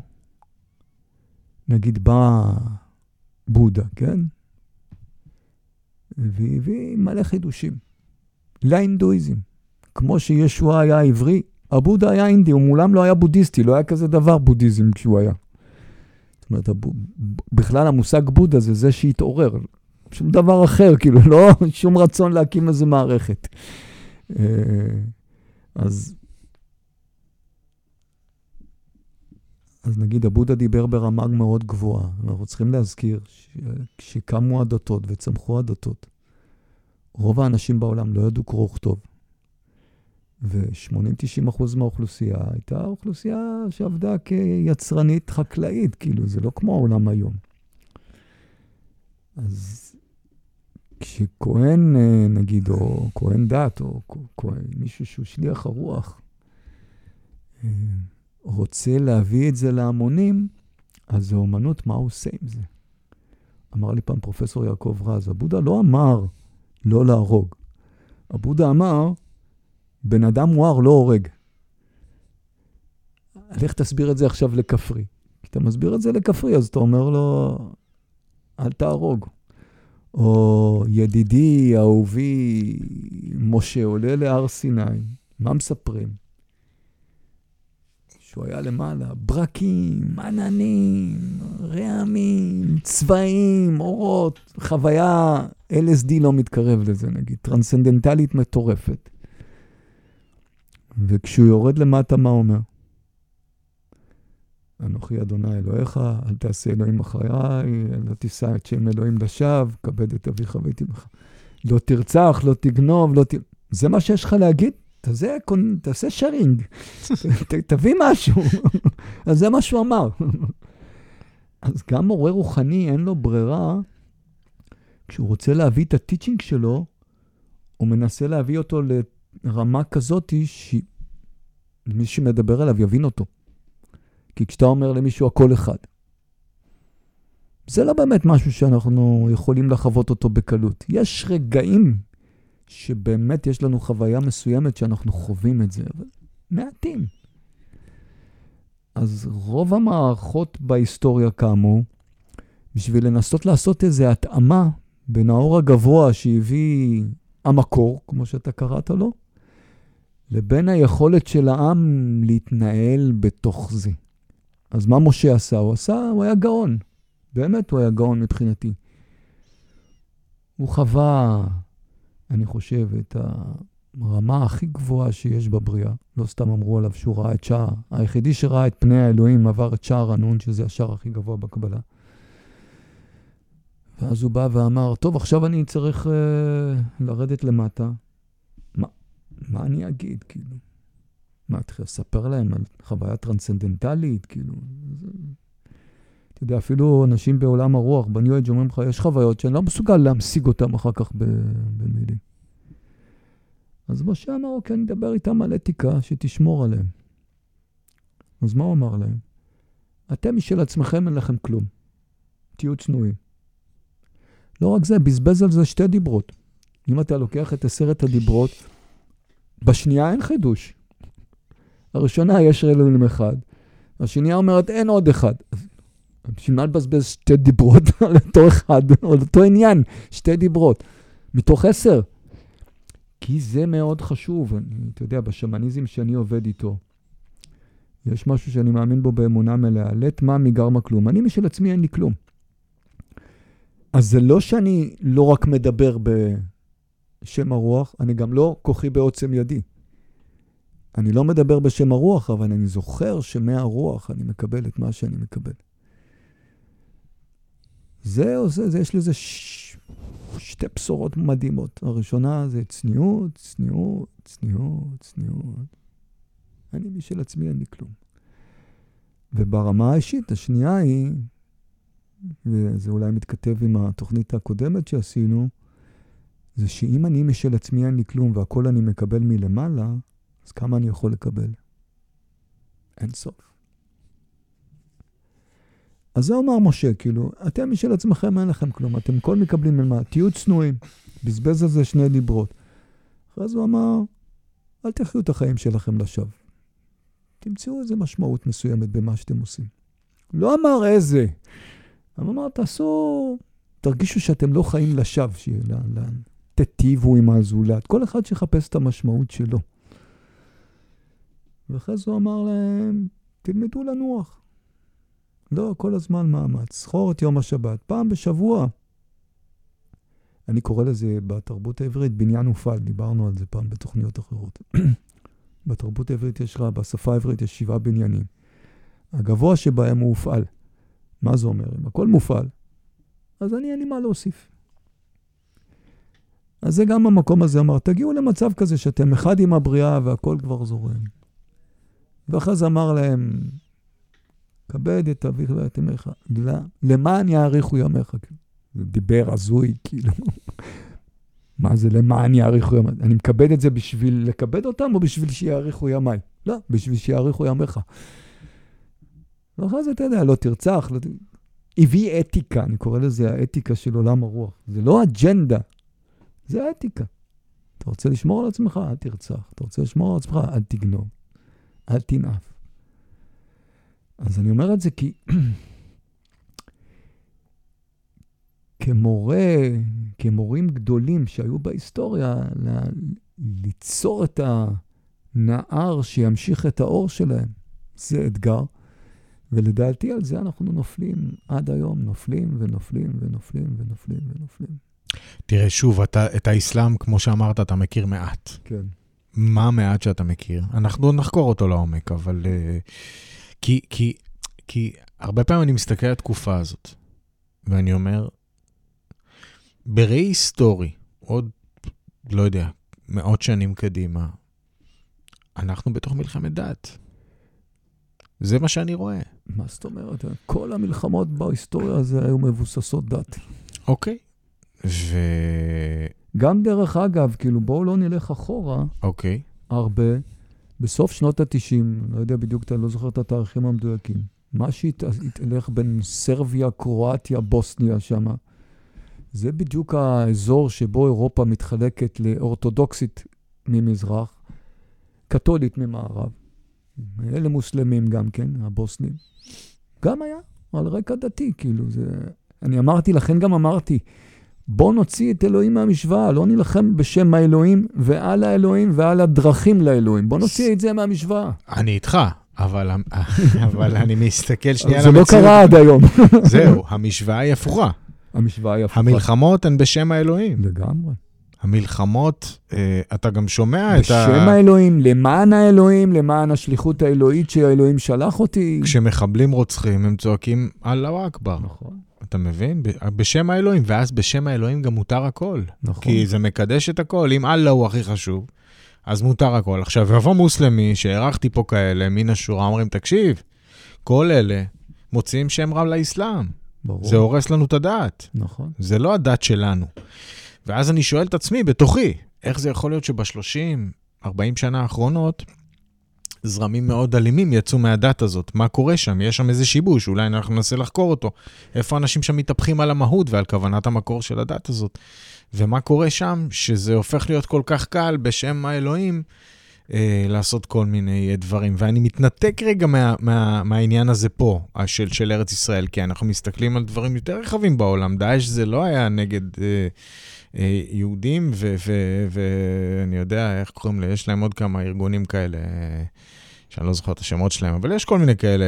נגיד בא בודה, כן? והביא מלא חידושים. להינדואיזם. כמו שישוע היה עברי, הבודה היה אינדי, הוא מולם לא היה בודיסטי, לא היה כזה דבר בודיזם כשהוא היה. זאת אומרת, בכלל המושג בודה זה שהתעורר. שום דבר אחר, כאילו, לא שום רצון להקים איזו מערכת. אז נגיד, הבודה דיבר ברמה מאוד גבוהה. אנחנו צריכים להזכיר שקמו הדתות וצמחו הדתות. רוב האנשים בעולם לא ידעו קרוא וכתוב. ו-80-90% מהאוכלוסייה הייתה אוכלוסייה שעבדה כיצרנית חקלאית, כאילו, זה לא כמו העולם היום. אז כשכהן, נגיד, או כהן דת, או כהן, מישהו שהוא שליח הרוח, רוצה להביא את זה להמונים, אז זה אומנות, מה הוא עושה עם זה? אמר לי פעם פרופסור יעקב רז, הבודה לא אמר לא להרוג. הבודה אמר, בן אדם מואר לא הורג. איך תסביר את זה עכשיו לכפרי? כי אתה מסביר את זה לכפרי, אז אתה אומר לו, אל תהרוג. או ידידי, אהובי, משה עולה להר סיני, מה מספרים? שהוא היה למעלה, ברקים, עננים, רעמים, צבעים, אורות, חוויה, LSD לא מתקרב לזה נגיד, טרנסצנדנטלית מטורפת. וכשהוא יורד למטה, מה אומר? אנוכי אדוני אלוהיך, אל תעשה אלוהים אחריי, לא תישא את שם אלוהים לשווא, כבד את אביך ואת אמך. לא תרצח, לא תגנוב, זה מה שיש לך להגיד? תעשה שרינג, תביא משהו. אז זה מה שהוא אמר. אז גם מורה רוחני אין לו ברירה, כשהוא רוצה להביא את הטיצ'ינג שלו, הוא מנסה להביא אותו לרמה כזאת שמי שמדבר עליו יבין אותו. כי כשאתה אומר למישהו הכל אחד, זה לא באמת משהו שאנחנו יכולים לחוות אותו בקלות. יש רגעים שבאמת יש לנו חוויה מסוימת שאנחנו חווים את זה, אבל מעטים. אז רוב המערכות בהיסטוריה קמו, בשביל לנסות לעשות איזו התאמה בין האור הגבוה שהביא המקור, כמו שאתה קראת לו, לבין היכולת של העם להתנהל בתוך זה. אז מה משה עשה? הוא היה גאון. באמת הוא היה גאון מבחינתי. הוא חווה, אני חושב, את הרמה הכי גבוהה שיש בבריאה. לא סתם אמרו עליו שהוא ראה את שער. היחידי שראה את פני האלוהים עבר את שער הנון, שזה השער הכי גבוה בקבלה. ואז הוא בא ואמר, טוב, עכשיו אני צריך לרדת למטה. מה אני אגיד, כאילו? מה, צריך לספר להם על חוויה טרנסצנדנטלית, כאילו? אתה יודע, אפילו אנשים בעולם הרוח, בניו אייג' אומרים לך, יש חוויות שאני לא מסוגל להמשיג אותם אחר כך במילים. אז משה אמר, אוקיי, אני אדבר איתם על אתיקה שתשמור עליהם. אז מה הוא אמר להם? אתם משל עצמכם אין לכם כלום. תהיו צנועים. לא רק זה, בזבז על זה 2 דיברות. אם אתה לוקח את 10 הדיברות, בשנייה אין חידוש. הראשונה יש אלוהים אחד, השנייה אומרת אין עוד אחד. בשביל מה לבזבז 2 דיברות על אותו אחד, או על אותו עניין, 2 דיברות, מתוך 10. כי זה מאוד חשוב, אתה יודע, בשמניזם שאני עובד איתו, יש משהו שאני מאמין בו באמונה מלאה, לת מה מגרמה כלום, אני משל עצמי אין לי כלום. אז זה לא שאני לא רק מדבר בשם הרוח, אני גם לא כוחי בעוצם ידי. אני לא מדבר בשם הרוח, אבל אני זוכר שמהרוח אני מקבל את מה שאני מקבל. זה, יש לזה 2 בשורות מדהימות. הראשונה זה צניעות, צניעות, צניעות, צניעות. אני משל עצמי אין לי כלום. וברמה האישית, השנייה היא, וזה אולי מתכתב עם התוכנית הקודמת שעשינו, זה שאם אני משל עצמי אין לי כלום והכל אני מקבל מלמעלה, אז כמה אני יכול לקבל? אין סוף. אז זה אומר משה, כאילו, אתם משל עצמכם אין לכם כלום, אתם כל מקבלים מלמעלה, תהיו צנועים. בזבז על זה 2 דיברות. אחרי זה הוא אמר, אל תחיו את החיים שלכם לשווא. תמצאו איזו משמעות מסוימת במה שאתם עושים. לא אמר איזה. אמר, תרגישו שאתם לא חיים לשווא, תטיבו עם הזולת. כל אחד שיחפש את המשמעות שלו. ואחרי זה הוא אמר להם, תלמדו לנוח. לא, כל הזמן מאמץ. זכור את יום השבת. פעם בשבוע. אני קורא לזה בתרבות העברית, בניין ופעל. דיברנו על זה פעם בתוכניות אחרות. בתרבות העברית יש בשפה העברית יש 7 בניינים. הגבוה שבהם הוא הופעל. מה זה אומר? אם הכל מופעל, אז אין לי מה להוסיף. אז זה גם המקום הזה אמר, תגיעו למצב כזה שאתם אחד עם הבריאה והכל כבר זורם. ואחרי זה אמר להם, כבד את אביך ואת אמך, למען יאריכו ימיך. זה דיבר הזוי, כאילו. מה זה למען יאריכו ימיך? אני מכבד את זה בשביל לקבד אותם או בשביל שיאריכו ימי? לא, בשביל שיאריכו ימיך. ואחרי זה אתה יודע, לא תרצח, הביא אתיקה, אני קורא לזה האתיקה של עולם הרוח. זה לא אג'נדה, זה האתיקה. אתה רוצה לשמור על עצמך, אל תרצח. אתה רוצה לשמור על עצמך, אל תגנוב. אל תנאף. אז אני אומר את זה כי כמורים גדולים שהיו בהיסטוריה, ליצור את הנער שימשיך את האור שלהם, זה אתגר. ולדעתי על זה אנחנו נופלים עד היום, נופלים ונופלים ונופלים ונופלים ונופלים. תראה, שוב, את האסלאם, כמו שאמרת, אתה מכיר מעט. כן. מה המעט שאתה מכיר? אנחנו נחקור אותו לעומק, אבל כי הרבה פעמים אני מסתכל על התקופה הזאת, ואני אומר, בראי היסטורי, עוד, לא יודע, 100 שנים קדימה, אנחנו בתוך מלחמת דת. זה מה שאני רואה. מה זאת אומרת? כל המלחמות בהיסטוריה הזה היו מבוססות דת. אוקיי. גם דרך אגב, כאילו בואו לא נלך אחורה. אוקיי. הרבה. בסוף שנות ה-90, לא יודע בדיוק, אני לא זוכר את התאריכים המדויקים. מה שהתהלך בין סרביה, קרואטיה, בוסניה שם. זה בדיוק האזור שבו אירופה מתחלקת לאורתודוקסית ממזרח, קתולית ממערב. אלה מוסלמים גם כן, הבוסנים. גם היה, על רקע דתי, כאילו זה... אני אמרתי, לכן גם אמרתי, בוא נוציא את אלוהים מהמשוואה, לא נלחם בשם האלוהים ועל האלוהים ועל הדרכים לאלוהים. בוא נוציא את זה מהמשוואה. אני איתך, אבל אני מסתכל שנייה על המציאות. זה לא קרה עד היום. זהו, המשוואה היא הפוכה. המשוואה היא הפוכה. המלחמות הן בשם האלוהים. לגמרי. המלחמות, אתה גם שומע את בשם האלוהים, למען האלוהים, למען השליחות האלוהית שהאלוהים שלח אותי. כשמחבלים רוצחים, הם צועקים אללהו אכבר. נכון. אתה מבין? בשם האלוהים, ואז בשם האלוהים גם מותר הכל. נכון. כי זה מקדש את הכל. אם אללה הוא הכי חשוב, אז מותר הכל. עכשיו, יבוא מוסלמי, שהערכתי פה כאלה, מן השורה, אומרים, תקשיב, כל אלה מוציאים שם רע לאסלאם. ברור. זה הורס לנו את הדת. נכון. זה לא הדת שלנו. ואז אני שואל את עצמי, בתוכי, איך זה יכול להיות שב-30-40 שנה האחרונות, זרמים מאוד אלימים יצאו מהדת הזאת. מה קורה שם? יש שם איזה שיבוש, אולי אנחנו ננסה לחקור אותו. איפה אנשים שם מתהפכים על המהות ועל כוונת המקור של הדת הזאת? ומה קורה שם? שזה הופך להיות כל כך קל בשם האלוהים, לעשות כל מיני דברים. ואני מתנתק רגע מהעניין הזה פה, של ארץ ישראל, כי אנחנו מסתכלים על דברים יותר רחבים בעולם. דאעש זה לא היה נגד יהודים, ואני יודע איך קוראים לי, יש להם עוד כמה ארגונים כאלה, שאני לא זוכר את השמות שלהם, אבל יש כל מיני כאלה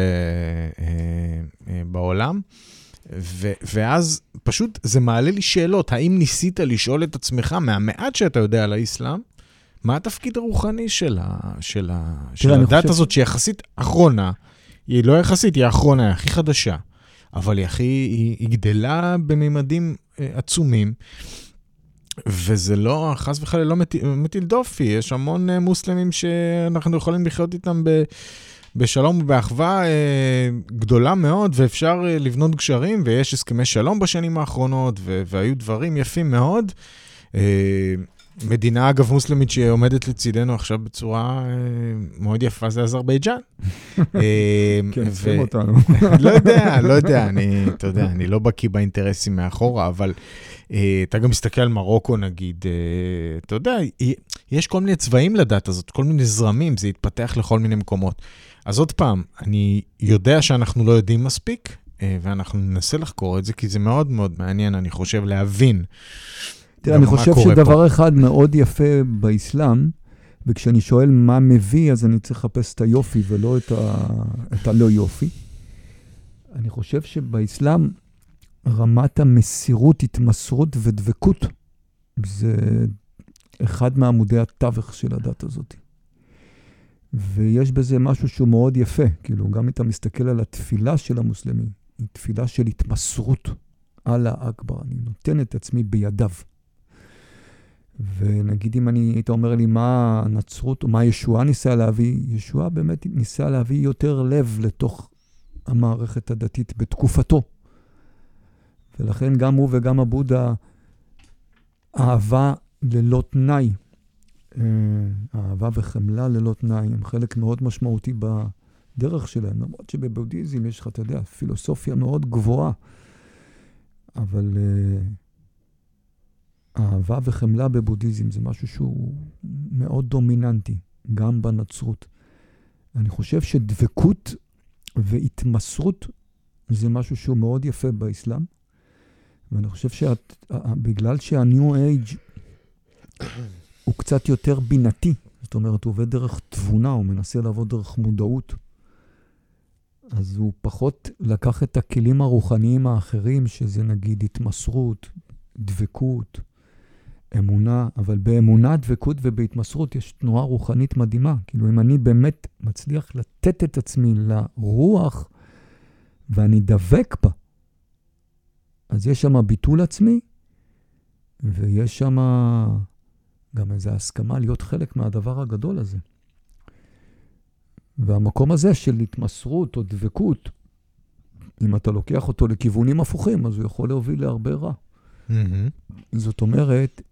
בעולם. ואז פשוט זה מעלה לי שאלות, האם ניסית לשאול את עצמך מהמעט שאתה יודע על האסלאם, מה התפקיד הרוחני של הדת הזאת, שהיא יחסית אחרונה, היא לא יחסית, היא האחרונה, היא הכי חדשה, אבל היא גדלה בממדים עצומים, וזה לא, חס וחלילה לא מטיל דופי, יש המון מוסלמים שאנחנו יכולים לחיות איתם בשלום ובאחווה גדולה מאוד, ואפשר לבנות גשרים, ויש הסכמי שלום בשנים האחרונות, והיו דברים יפים מאוד, מדינה, אגב, מוסלמית שעומדת לצידנו עכשיו בצורה מאוד יפה, זה אזרבייג'אן. כן, צריכים אותנו. לא יודע, אתה יודע, אני לא בקיא באינטרסים מאחורה, אבל אתה גם מסתכל על מרוקו, נגיד, אתה יודע, יש כל מיני צבעים לדת הזאת, כל מיני זרמים, זה יתפתח לכל מיני מקומות. אז עוד פעם, אני יודע שאנחנו לא יודעים מספיק, ואנחנו ננסה לחקור את זה, כי זה מאוד מאוד מעניין, אני חושב, להבין. תראה, אני חושב שדבר אחד מאוד יפה באסלאם, וכשאני שואל מה מביא, אז אני צריך לחפש את היופי ולא את הלא יופי. אני חושב שבאסלאם רמת המסירות, התמסרות ודבקות, זה אחד מעמודי התווך של הדת הזאת. ויש בזה משהו שהוא מאוד יפה, כאילו גם אתה מסתכל על התפילה של המוסלמים, היא תפילה של התמסרות על האכבר, אני נותן את עצמי בידיו. ונגיד אם היית אומר לי מה הנצרות או מה ישוע ניסה להביא, ישוע באמת ניסה להביא יותר לב לתוך המערכת הדתית בתקופתו. ולכן גם הוא וגם הבודה אהבה ללא תנאי, אהבה וחמלה ללא תנאי, הם חלק מאוד משמעותי בדרך שלהם, למרות שבבודהיזם יש לך, אתה יודע, פילוסופיה מאוד גבוהה, אבל אהבה וחמלה בבודהיזם זה משהו שהוא מאוד דומיננטי, גם בנצרות. אני חושב שדבקות והתמסרות זה משהו שהוא מאוד יפה באסלאם, ואני חושב שבגלל שהניו אייג' הוא קצת יותר בינתי, זאת אומרת, הוא עובד דרך תבונה, הוא מנסה לעבוד דרך מודעות, אז הוא פחות לקח את הכלים הרוחניים האחרים, שזה נגיד התמסרות, דבקות, אמונה, אבל באמונה, דבקות ובהתמסרות יש תנועה רוחנית מדהימה. כאילו אם אני באמת מצליח לתת את עצמי לרוח, ואני דבק בה, אז יש שם ביטול עצמי, ויש שם גם איזו הסכמה להיות חלק מהדבר הגדול הזה. והמקום הזה של התמסרות או דבקות, אם אתה לוקח אותו לכיוונים הפוכים, אז הוא יכול להוביל להרבה רע. זאת אומרת,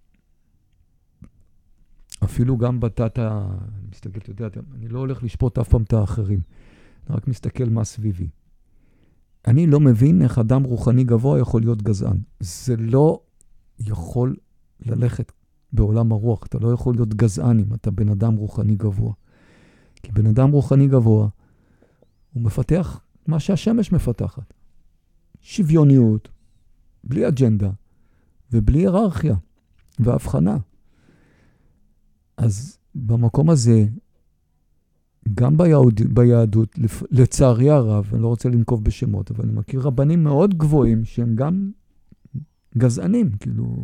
אפילו גם בתת מסתכל, אתה יודע, אני לא הולך לשפוט אף פעם את האחרים, אני רק מסתכל מה סביבי. אני לא מבין איך אדם רוחני גבוה יכול להיות גזען. זה לא יכול ללכת בעולם הרוח. אתה לא יכול להיות גזען אם אתה בן אדם רוחני גבוה. כי בן אדם רוחני גבוה, הוא מפתח מה שהשמש מפתחת. שוויוניות, בלי אג'נדה, ובלי היררכיה, והבחנה. אז במקום הזה, גם ביהדות, לצערי הרב, אני לא רוצה לנקוב בשמות, אבל אני מכיר רבנים מאוד גבוהים, שהם גם גזענים, כאילו,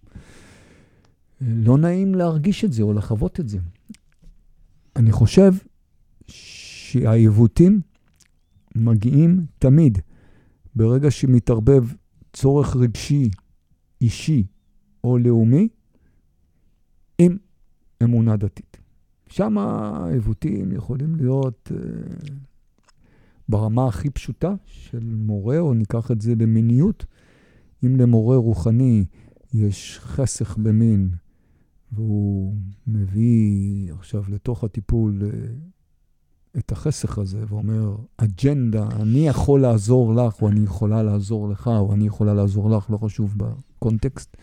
לא נעים להרגיש את זה, או לחוות את זה. אני חושב שהעיוותים מגיעים תמיד, ברגע שמתערבב צורך רגשי, אישי או לאומי, עם אמונה דתית. שם העיוותים יכולים להיות ברמה הכי פשוטה של מורה, או ניקח את זה למיניות. אם למורה רוחני יש חסך במין, והוא מביא עכשיו לתוך הטיפול את החסך הזה, ואומר, אג'נדה, אני יכול לעזור לך, או אני יכולה לעזור לך, או אני יכולה לעזור לך, לא חשוב בקונטקסט.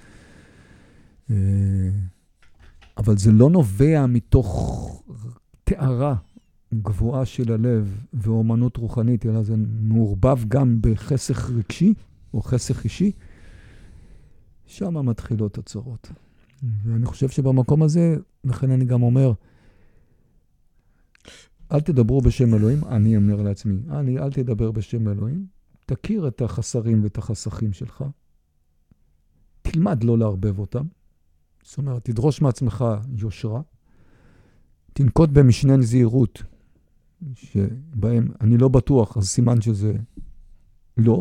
אבל זה לא נובע מתוך תארה גבוהה של הלב ואומנות רוחנית, אלא זה מעורבב גם בחסך רגשי או חסך אישי. שם מתחילות הצרות. ואני חושב שבמקום הזה, לכן אני גם אומר, אל תדברו בשם אלוהים, אני אומר לעצמי, אל תדבר בשם אלוהים, תכיר את החסרים ואת החסכים שלך, תלמד לא להרבב אותם, זאת אומרת, תדרוש מעצמך יושרה, תנקוט במשנה זהירות, שבהם אני לא בטוח, אז סימן שזה לא.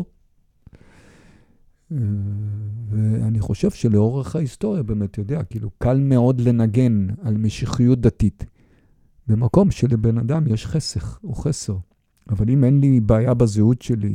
ואני חושב שלאורך ההיסטוריה באמת, יודע, כאילו קל מאוד לנגן על משיחיות דתית, במקום שלבן אדם יש חסך או חסר. אבל אם אין לי בעיה בזהות שלי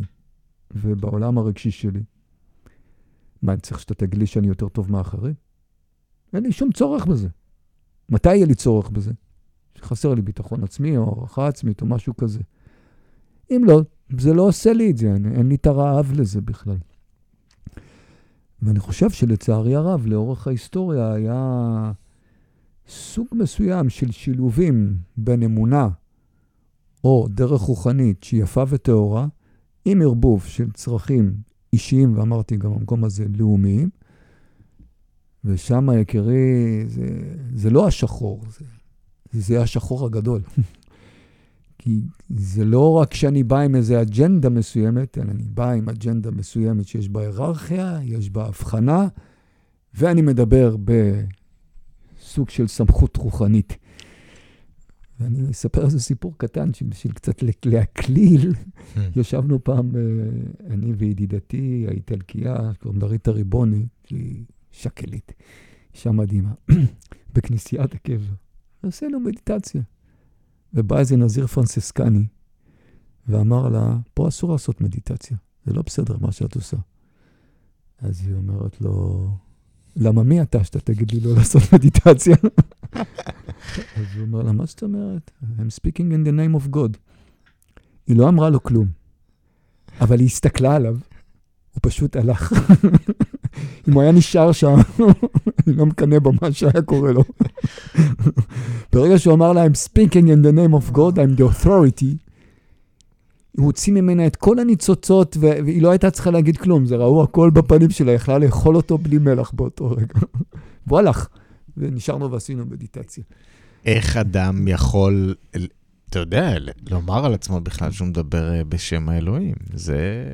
ובעולם הרגשי שלי, מה, אני צריך שאתה תגלי שאני יותר טוב מאחרים? אין לי שום צורך בזה. מתי יהיה לי צורך בזה? שחסר לי ביטחון עצמי, או הערכה עצמית, או משהו כזה. אם לא, זה לא עושה לי את זה, אין לי את הרעב לזה בכלל. ואני חושב שלצערי הרב, לאורך ההיסטוריה היה סוג מסוים של שילובים בין אמונה, או דרך רוחנית שהיא יפה וטהורה, עם ערבוב של צרכים אישיים, ואמרתי גם במקום הזה לאומיים, ושם יקירי, זה לא השחור, זה השחור הגדול. כי זה לא רק שאני בא עם איזו אג'נדה מסוימת, אלא אני בא עם אג'נדה מסוימת שיש בה היררכיה, יש בה הבחנה, ואני מדבר בסוג של סמכות רוחנית. ואני אספר איזה סיפור קטן, בשביל קצת להקליל. ישבנו פעם, אני וידידתי, האיטלקייה, קוראים לה ריטה ריבוני, שהיא שקלית, אישה מדהימה, בכנסיית הקבר. ועשינו מדיטציה. ובא איזה נזיר פרנסיסקני, ואמר לה, פה אסור לעשות מדיטציה, זה לא בסדר מה שאת עושה. אז היא אומרת לו, למה מי אתה שאתה תגיד לי לא לעשות מדיטציה? אז הוא אומר לה, מה זאת אומרת? I'm speaking in the name of God. היא לא אמרה לו כלום, אבל היא הסתכלה עליו, הוא פשוט הלך. אם הוא היה נשאר שם, אני לא מקנה במה שהיה קורה לו. ברגע שהוא אמר לה, I'm speaking in the name of God, I'm the authority, הוא הוציא ממנה את כל הניצוצות, והיא לא הייתה צריכה להגיד כלום, זה ראו הכל בפנים שלה, יכלה לאכול אותו בלי מלח באותו רגע. והוא הלך, ונשארנו ועשינו מדיטציה. איך אדם יכול, אתה יודע, לומר על עצמו בכלל שהוא מדבר בשם האלוהים? זה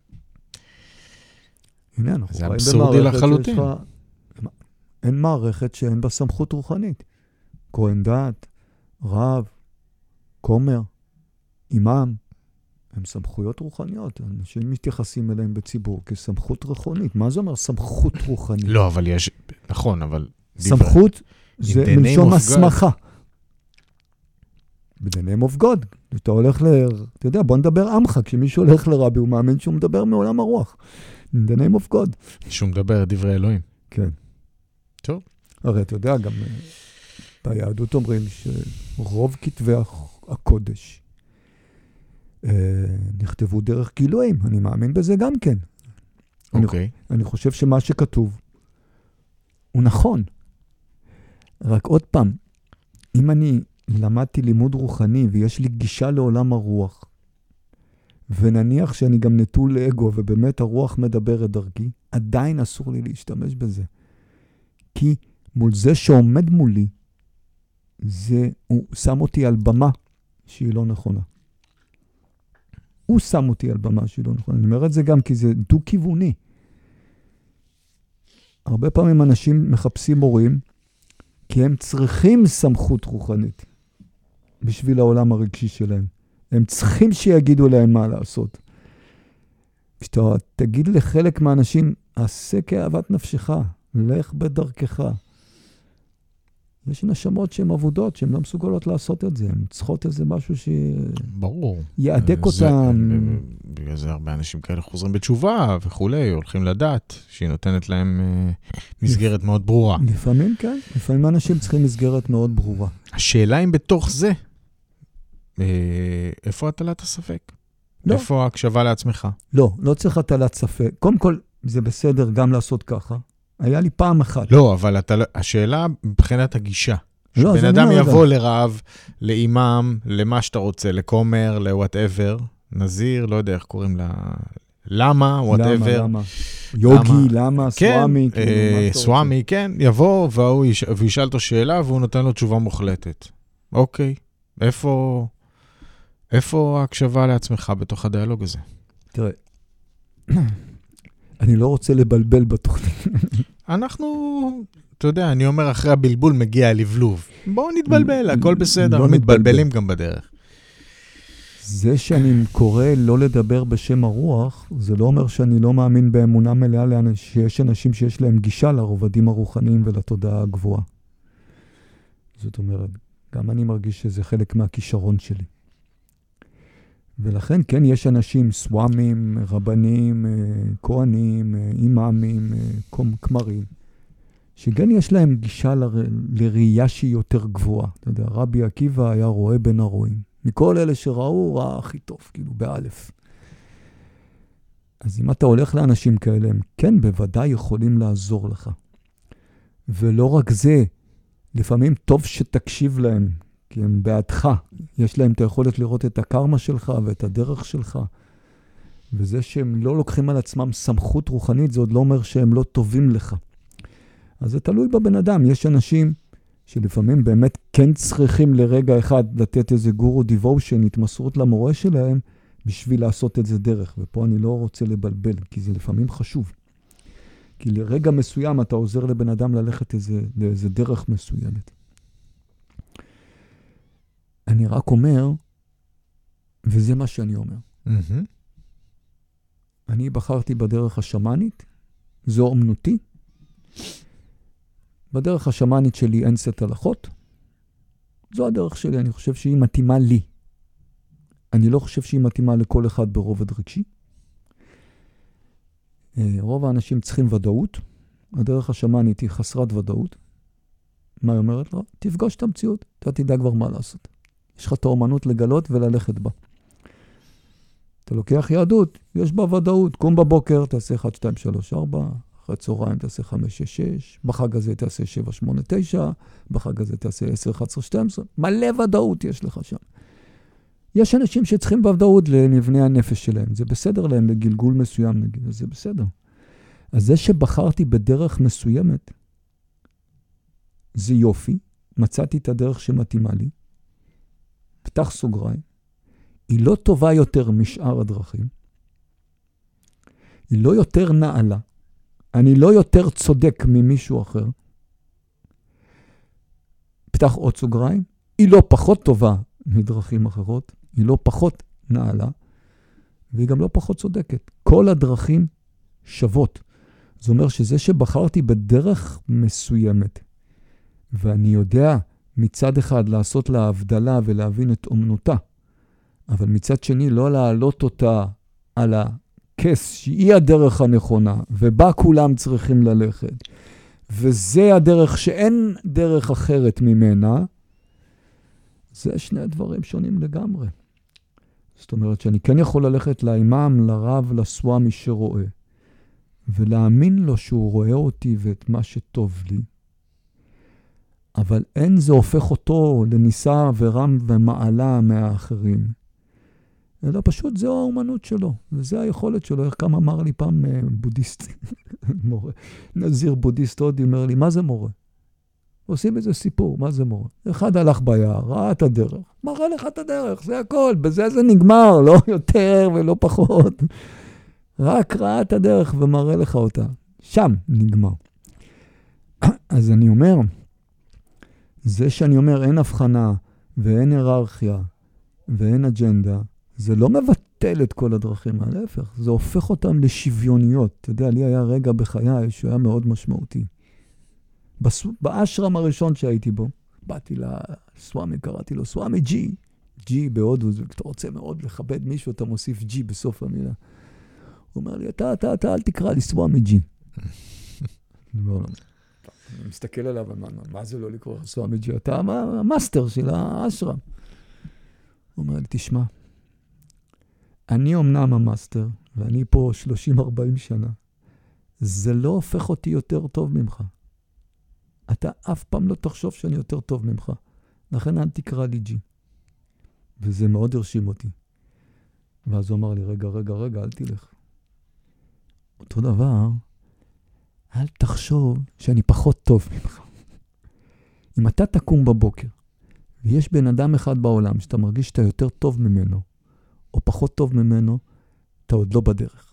אבסורדי לחלוטין. אין מערכת שאין בה סמכות רוחנית. כהן דת, רב, כומר, אימאם, הם סמכויות רוחניות. אנשים מתייחסים אליהם בציבור כסמכות רוחנית. מה זה אומר סמכות רוחנית? לא, אבל יש, נכון, אבל סמכות זה מלשון הסמכה. ב-the name of God. אתה הולך אתה יודע, בוא נדבר עמך. כשמישהו הולך לרבי, הוא מאמין שהוא מדבר מעולם הרוח. in the name of God. שהוא מדבר דברי אלוהים. כן. טוב. הרי אתה יודע, גם ביהדות אומרים שרוב כתבי הקודש נכתבו דרך גילויים. אני מאמין בזה גם כן. אוקיי. אני חושב שמה שכתוב הוא נכון. רק עוד פעם, אם אני למדתי לימוד רוחני ויש לי גישה לעולם הרוח, ונניח שאני גם נטול לאגו, ובאמת הרוח מדברת דרכי, עדיין אסור לי להשתמש בזה. כי מול זה שעומד מולי, הוא שם אותי על במה שהיא לא נכונה. הוא שם אותי על במה שהיא לא נכונה. אני אומר את זה גם כי זה דו-כיווני. הרבה פעמים אנשים מחפשים מורים, כי הם צריכים סמכות רוחנית בשביל העולם הרגשי שלהם. הם צריכים שיגידו להם מה לעשות. כשאתה תגיד לחלק מהאנשים, עשה כאהבת נפשך, לך בדרכך. יש נשמות שהן עבודות, שהן לא מסוגלות לעשות את זה. הן צריכות איזה משהו ברור. יעדק אותם. בגלל זה הרבה אנשים כאלה חוזרים בתשובה וכולי, הולכים לדעת שהיא נותנת להם מסגרת מאוד ברורה. לפעמים כן. לפעמים אנשים צריכים מסגרת מאוד ברורה. השאלה אם בתוך זה, איפה הטלת הספק? לא. איפה ההקשבה לעצמך? לא, לא צריך הטלת ספק. קודם כל, זה בסדר גם לעשות ככה. היה לי פעם אחת. לא, אבל השאלה מבחינת הגישה. לא, שבן אדם יבוא לרב, לאימאם, למה שאתה רוצה, לקומר, ל-whatever, נזיר, לא יודע איך קוראים לה, למה, whatever. למה? יוגי, למה, סוואמי. כן, סוואמי, כן, יבוא והוא ישאל אותו שאלה, והוא נותן לו תשובה מוחלטת. אוקיי, איפה ההקשבה לעצמך בתוך הדיאלוג הזה? תראה, אני לא רוצה לבלבל בתוכנית. אנחנו, אתה יודע, אני אומר אחרי הבלבול מגיע הלבלוב. בואו נתבלבל, הכל בסדר, אנחנו מתבלבלים גם בדרך. זה שאני קורא לא לדבר בשם הרוח, זה לא אומר שאני לא מאמין באמונה מלאה שיש אנשים שיש להם גישה לרובדים הרוחניים ולתודעה הגבוהה. זאת אומרת, גם אני מרגיש שזה חלק מהכישרון שלי. ולכן, כן, יש אנשים, סוואמים, רבנים, כהנים, אימאמים, כמרים, שגם יש להם גישה לראייה שהיא יותר גבוהה. אתה יודע, רבי עקיבא היה רואה בין הרואים. מכל אלה שראו, ראה הכי טוב, כאילו באלף. אז אם אתה הולך לאנשים כאלה, הם כן בוודאי יכולים לעזור לך. ולא רק זה, לפעמים טוב שתקשיב להם, כי הם בעדך. יש להם את היכולת לראות את הקרמה שלך ואת הדרך שלך. וזה שהם לא לוקחים על עצמם סמכות רוחנית, זה עוד לא אומר שהם לא טובים לך. אז זה תלוי בבן אדם. יש אנשים שלפעמים באמת כן צריכים לרגע אחד לתת איזה גורו דיבושן, התמסרות למורה שלהם, בשביל לעשות את זה דרך. ופה אני לא רוצה לבלבל, כי זה לפעמים חשוב. כי לרגע מסוים אתה עוזר לבן אדם ללכת לאיזה דרך מסוימת. אני רק אומר, וזה מה שאני אומר. אני בחרתי בדרך השמאנית, זו אומנותי. בדרך השמאנית שלי אין סט הלכות. זו הדרך שלי, אני חושב שהיא מתאימה לי. אני לא חושב שהיא מתאימה לכל אחד ברובד רגשי. רוב האנשים צריכים ודאות. הדרך השמאנית היא חסרת ודאות. מה היא אומרת לו? תפגוש את המציאות, אתה תדע כבר מה לעשות. יש לך את האומנות לגלות וללכת בה. אתה לוקח יהדות, יש בה ודאות. קום בבוקר, תעשה 1, 2, 3, 4, אחרי צהריים תעשה 5, 6, 6, בחג הזה תעשה 7, 8, 9, בחג הזה תעשה 10, 11, 12, מלא ודאות יש לך שם. יש אנשים שצריכים בוודאות למבנה הנפש שלהם, זה בסדר להם לגלגול מסוים נגיד, אז זה בסדר. אז זה שבחרתי בדרך מסוימת, זה יופי, מצאתי את הדרך שמתאימה לי, פתח סוגריים, היא לא טובה יותר משאר הדרכים, היא לא יותר נעלה, אני לא יותר צודק ממישהו אחר, פתח עוד סוגריים, היא לא פחות טובה מדרכים אחרות, היא לא פחות נעלה, והיא גם לא פחות צודקת. כל הדרכים שוות. זאת אומרת שזה שבחרתי בדרך מסוימת, ואני יודע מצד אחד לעשות לה הבדלה ולהבין את אומנותה, אבל מצד שני לא להעלות אותה על הכס שהיא הדרך הנכונה, ובה כולם צריכים ללכת. וזה הדרך שאין דרך אחרת ממנה, זה שני דברים שונים לגמרי. זאת אומרת שאני כן יכול ללכת לאימאם, לרב, לסוואמי שרואה, ולהאמין לו שהוא רואה אותי ואת מה שטוב לי, אבל אין זה הופך אותו לניסה ורם ומעלה מהאחרים, אלא פשוט זו האומנות שלו, וזה היכולת שלו. איך כמה אמר לי פעם בודהיסט, מורה, נזיר בודהיסט הודי, אומר לי, מה זה מורה? עושים איזה סיפור, מה זה מורה? אחד הלך ביער, ראה את הדרך, מראה לך את הדרך, זה הכל, בזה זה נגמר, לא יותר ולא פחות. רק ראה את הדרך ומראה לך אותה. שם נגמר. אז אני אומר, זה שאני אומר אין הבחנה ואין היררכיה ואין אג'נדה, זה לא מבטל את כל הדרכים, להפך, זה הופך אותם לשוויוניות. אתה יודע, לי היה רגע בחיי שהוא היה מאוד משמעותי. באשרם הראשון שהייתי בו, באתי לסוואמי, קראתי לו סוואמי ג'י. ג'י בהודו, כשאתה רוצה מאוד לכבד מישהו, אתה מוסיף ג'י בסוף המילה. הוא אומר לי, אתה אל תקרא לי סוואמי ג'י. אני מסתכל עליו, מה זה לא לקרוא סוואמי ג'י? אתה המאסטר של האשרם. הוא אומר לי, תשמע, אני אמנם המאסטר, ואני פה 30-40 שנה. זה לא הופך אותי יותר טוב ממך. אתה אף פעם לא תחשוב שאני יותר טוב ממך. לכן אל תקרא לי ג'י. וזה מאוד הרשים אותי. ואז הוא אמר לי, רגע, אל תלך. אותו דבר, אל תחשוב שאני פחות טוב ממך. אם אתה תקום בבוקר, ויש בן אדם אחד בעולם שאתה מרגיש שאתה יותר טוב ממנו, או פחות טוב ממנו, אתה עוד לא בדרך.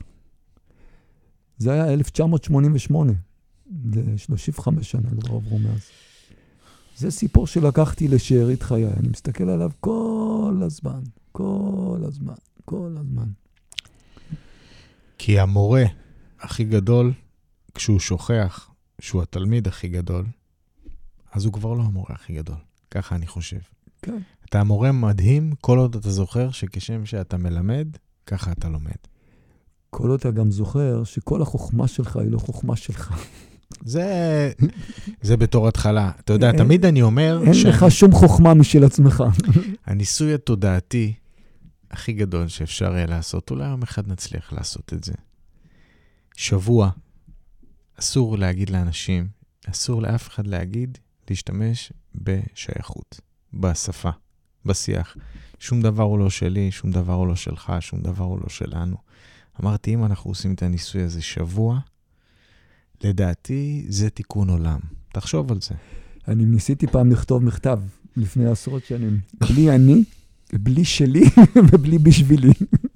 זה היה 1988, זה 35 שנה כבר עברו מאז. זה סיפור שלקחתי לשארית חיי, אני מסתכל עליו כל הזמן. כי המורה הכי גדול, כשהוא שוכח שהוא התלמיד הכי גדול, אז הוא כבר לא המורה הכי גדול. ככה אני חושב. כן. אתה המורה מדהים, כל עוד אתה זוכר שכשם שאתה מלמד, ככה אתה לומד. כל עוד אתה גם זוכר שכל החוכמה שלך היא לא חוכמה שלך. זה בתור התחלה. אתה יודע, תמיד אני אומר... אין לך שום חוכמה משל עצמך. הניסוי התודעתי הכי גדול שאפשר יהיה לעשות, אולי יום אחד נצליח לעשות את זה. שבוע, אסור להגיד לאנשים, אסור לאף אחד להגיד, להשתמש בשייכות, בשפה, בשיח. שום דבר הוא לא שלי, שום דבר הוא לא שלך, שום דבר הוא לא שלנו. אמרתי, אם אנחנו עושים את הניסוי הזה שבוע, לדעתי זה תיקון עולם. תחשוב על זה. אני ניסיתי פעם לכתוב מכתב לפני עשרות שנים. בלי אני, בלי שלי ובלי בשבילי.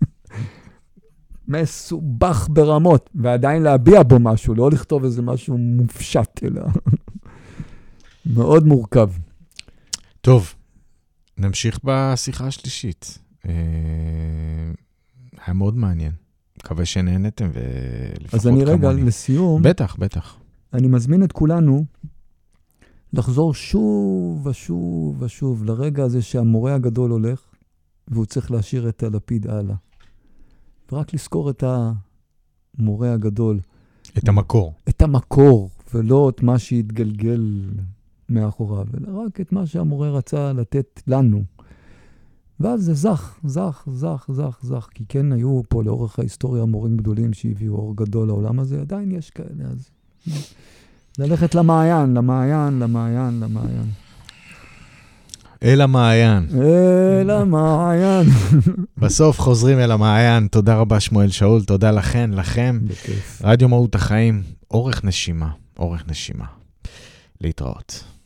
מסובך ברמות, ועדיין להביע בו משהו, לא לכתוב איזה משהו מופשט, אלא מאוד מורכב. טוב, נמשיך בשיחה השלישית. היה מאוד מעניין. מקווה שנהנתם ולפחות אז אני רגע לסיום. בטח, בטח. אני מזמין את כולנו לחזור שוב ושוב ושוב לרגע הזה שהמורה הגדול הולך, והוא צריך להשאיר את הלפיד הלאה. ורק לזכור את המורה הגדול. את המקור. את המקור, ולא את מה שהתגלגל מאחוריו, אלא רק את מה שהמורה רצה לתת לנו. ואז זה זך, כי כן היו פה לאורך ההיסטוריה מורים גדולים שהביאו אור גדול לעולם הזה, עדיין יש כאלה, אז ללכת למעיין. אל המעיין. אל המעיין. בסוף חוזרים אל המעיין. תודה רבה שמואל שאול, תודה לכם. בכיף. רדיו מהות החיים, אורך נשימה. להתראות.